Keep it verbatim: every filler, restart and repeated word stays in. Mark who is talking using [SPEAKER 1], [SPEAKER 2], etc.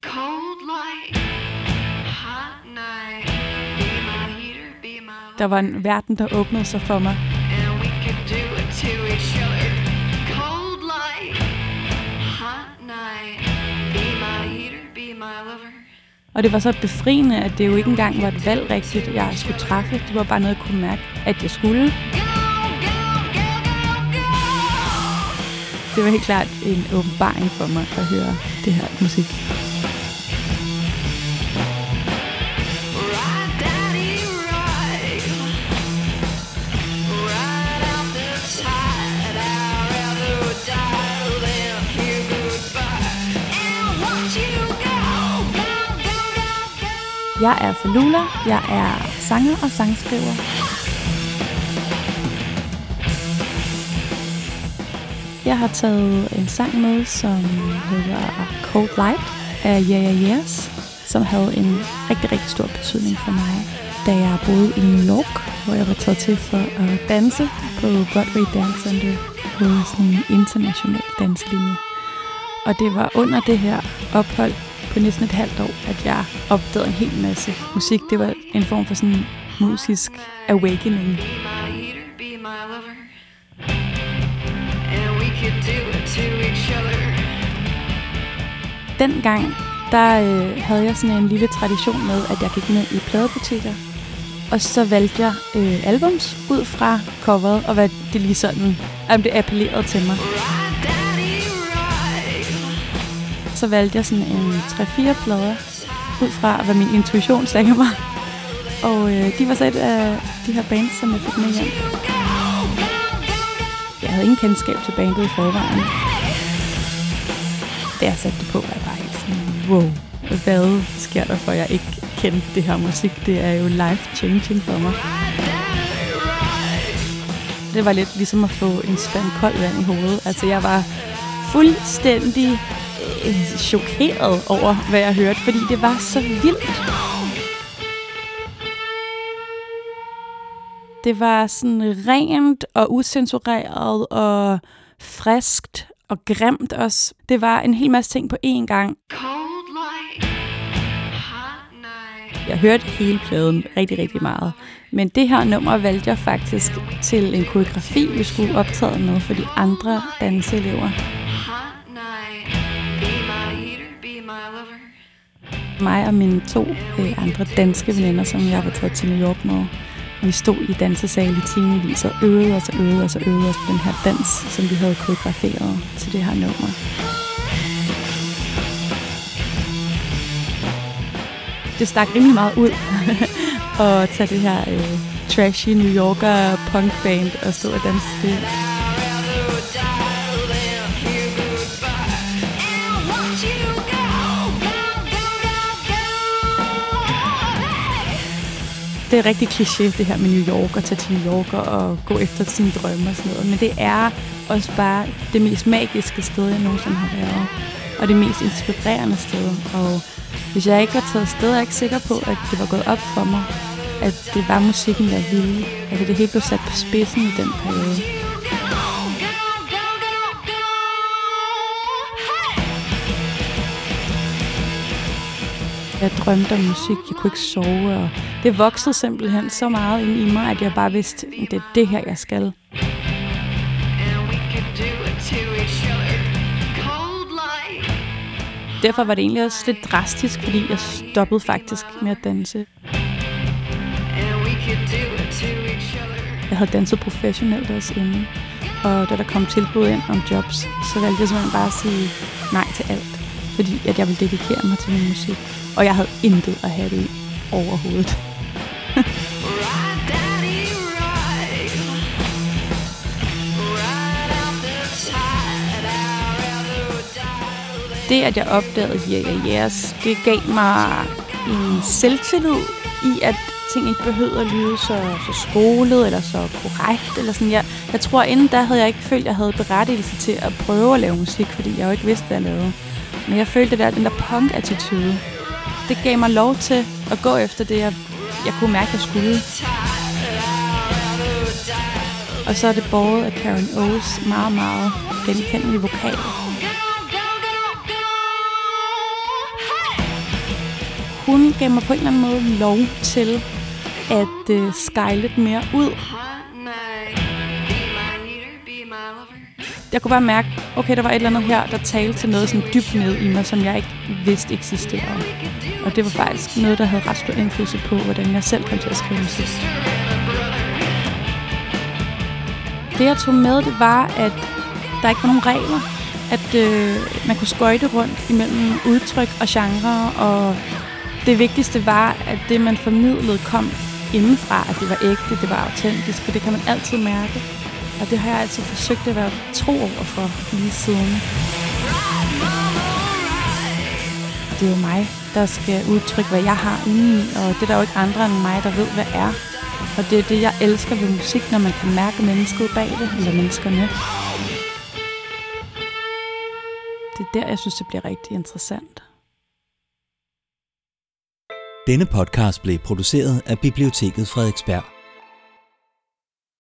[SPEAKER 1] Der var en verden, der åbnede sig for mig. Og det var så befriende, at det jo ikke engang var et valg rigtigt, jeg skulle træffe. Det var bare noget, jeg kunne mærke, at jeg skulle. Det var helt klart en åbenbaring for mig at høre det her musik. Jeg er Falula, jeg er sanger og sangskriver. Jeg har taget en sang med, som hedder Cold Light af Yeah Yeah Yeahs, som havde en rigtig, rigtig stor betydning for mig, da jeg boede i New York, hvor jeg var taget til for at danse på Broadway Dance Center på sådan en international danselinje. Og det var under det her ophold på næsten et halvt år, at jeg opdagede en hel masse musik. Det var en form for sådan en musisk awakening. Dengang, der øh, havde jeg sådan en lille tradition med, at jeg gik ned i pladebutikker, og så valgte jeg øh, albums ud fra coveret, og hvad det lige sådan, om det appellerede til mig. Så valgte jeg sådan en tre-fire plader ud fra, hvad min intuition sagde mig. Og øh, de var så et af de her bands, som jeg fik med hjem. Jeg havde ingen kendskab til bandet i forvejen. Da jeg satte det på, var jeg bare helt sådan, wow, hvad sker der for, jeg ikke kendte det her musik? Det er jo life-changing for mig. Det var lidt ligesom at få en spand koldt vand i hovedet. Altså, jeg var fuldstændig chokeret over, hvad jeg hørte, fordi det var så vildt. Det var sådan rent og usensureret og friskt og grimt også. Det var en hel masse ting på én gang. Jeg hørte hele pladen rigtig, rigtig meget. Men det her nummer valgte jeg faktisk til en koreografi, vi skulle optræde med for de andre danseelever. Mig og mine to øh, andre danske veninder, som jeg var taget til New York med, vi stod i dansesal i timevis og øvede os og øvede os og øvede os på den her dans, som vi havde koreograferet til det her nummer. Det stak rimelig meget ud at tage det her øh, trashy New Yorker punkband og stå og danse det. Det er rigtig kliché, det her med New York, og tage til New York og gå efter sine drømme og sådan noget. Men det er også bare det mest magiske sted, jeg nogensinde har været. Og det mest inspirerende sted. Og hvis jeg ikke var taget afsted, er jeg ikke sikker på, at det var gået op for mig, at det var musikken, jeg ville. Altså det hele blev sat på spidsen i den periode. Jeg drømte om musik, jeg kunne ikke sove, og det voksede simpelthen så meget ind i mig, at jeg bare vidste, at det er det her, jeg skal. Derfor var det egentlig også lidt drastisk, fordi jeg stoppede faktisk med at danse. Jeg havde danset professionelt også inden, og da der kom tilbud ind om jobs, så valgte jeg simpelthen bare at sige nej til alt, fordi at jeg ville dedikere mig til min musik. Og jeg havde intet at have det i overhovedet. Det, at jeg opdagede Yeah Yeah Yeahs, det gav mig en selvtillid i, at ting ikke behøvede at lyde så, så skolet eller så korrekt. Eller sådan. Jeg, jeg tror, inden da havde jeg ikke følt, at jeg havde berettigelse til at prøve at lave musik, fordi jeg jo ikke vidste, hvad jeg lavede. Men jeg følte, at den der punk-attitude, det gav mig lov til at gå efter det, jeg, jeg kunne mærke, jeg skulle. Og så er det båret af Karen O's meget, meget genkendelige vokal. hun gav mig på en eller anden måde lov til at øh, skyle lidt mere ud. Jeg kunne bare mærke, okay, der var et eller andet her, der talte til noget sådan dybt ned i mig, som jeg ikke vidste eksisterede. Og det var faktisk noget, der havde ret stor indflydelse på, hvordan jeg selv kom til at skrive musik. Det jeg tog med, det var, at der ikke var nogen regler. At øh, man kunne skøjte rundt imellem udtryk og genre, og det vigtigste var, at det man formidlede kom indenfra, at det var ægte, det var autentisk, for det kan man altid mærke. Og det har jeg altid forsøgt at være tro over for lige siden. Det er jo mig, der skal udtrykke, hvad jeg har inde i, og det er der jo ikke andre end mig, der ved, hvad er. Og det er det, jeg elsker ved musik, når man kan mærke mennesket bag det, eller menneskerne. Det er der, jeg synes, det bliver rigtig interessant.
[SPEAKER 2] Denne podcast blev produceret af Biblioteket Frederiksberg.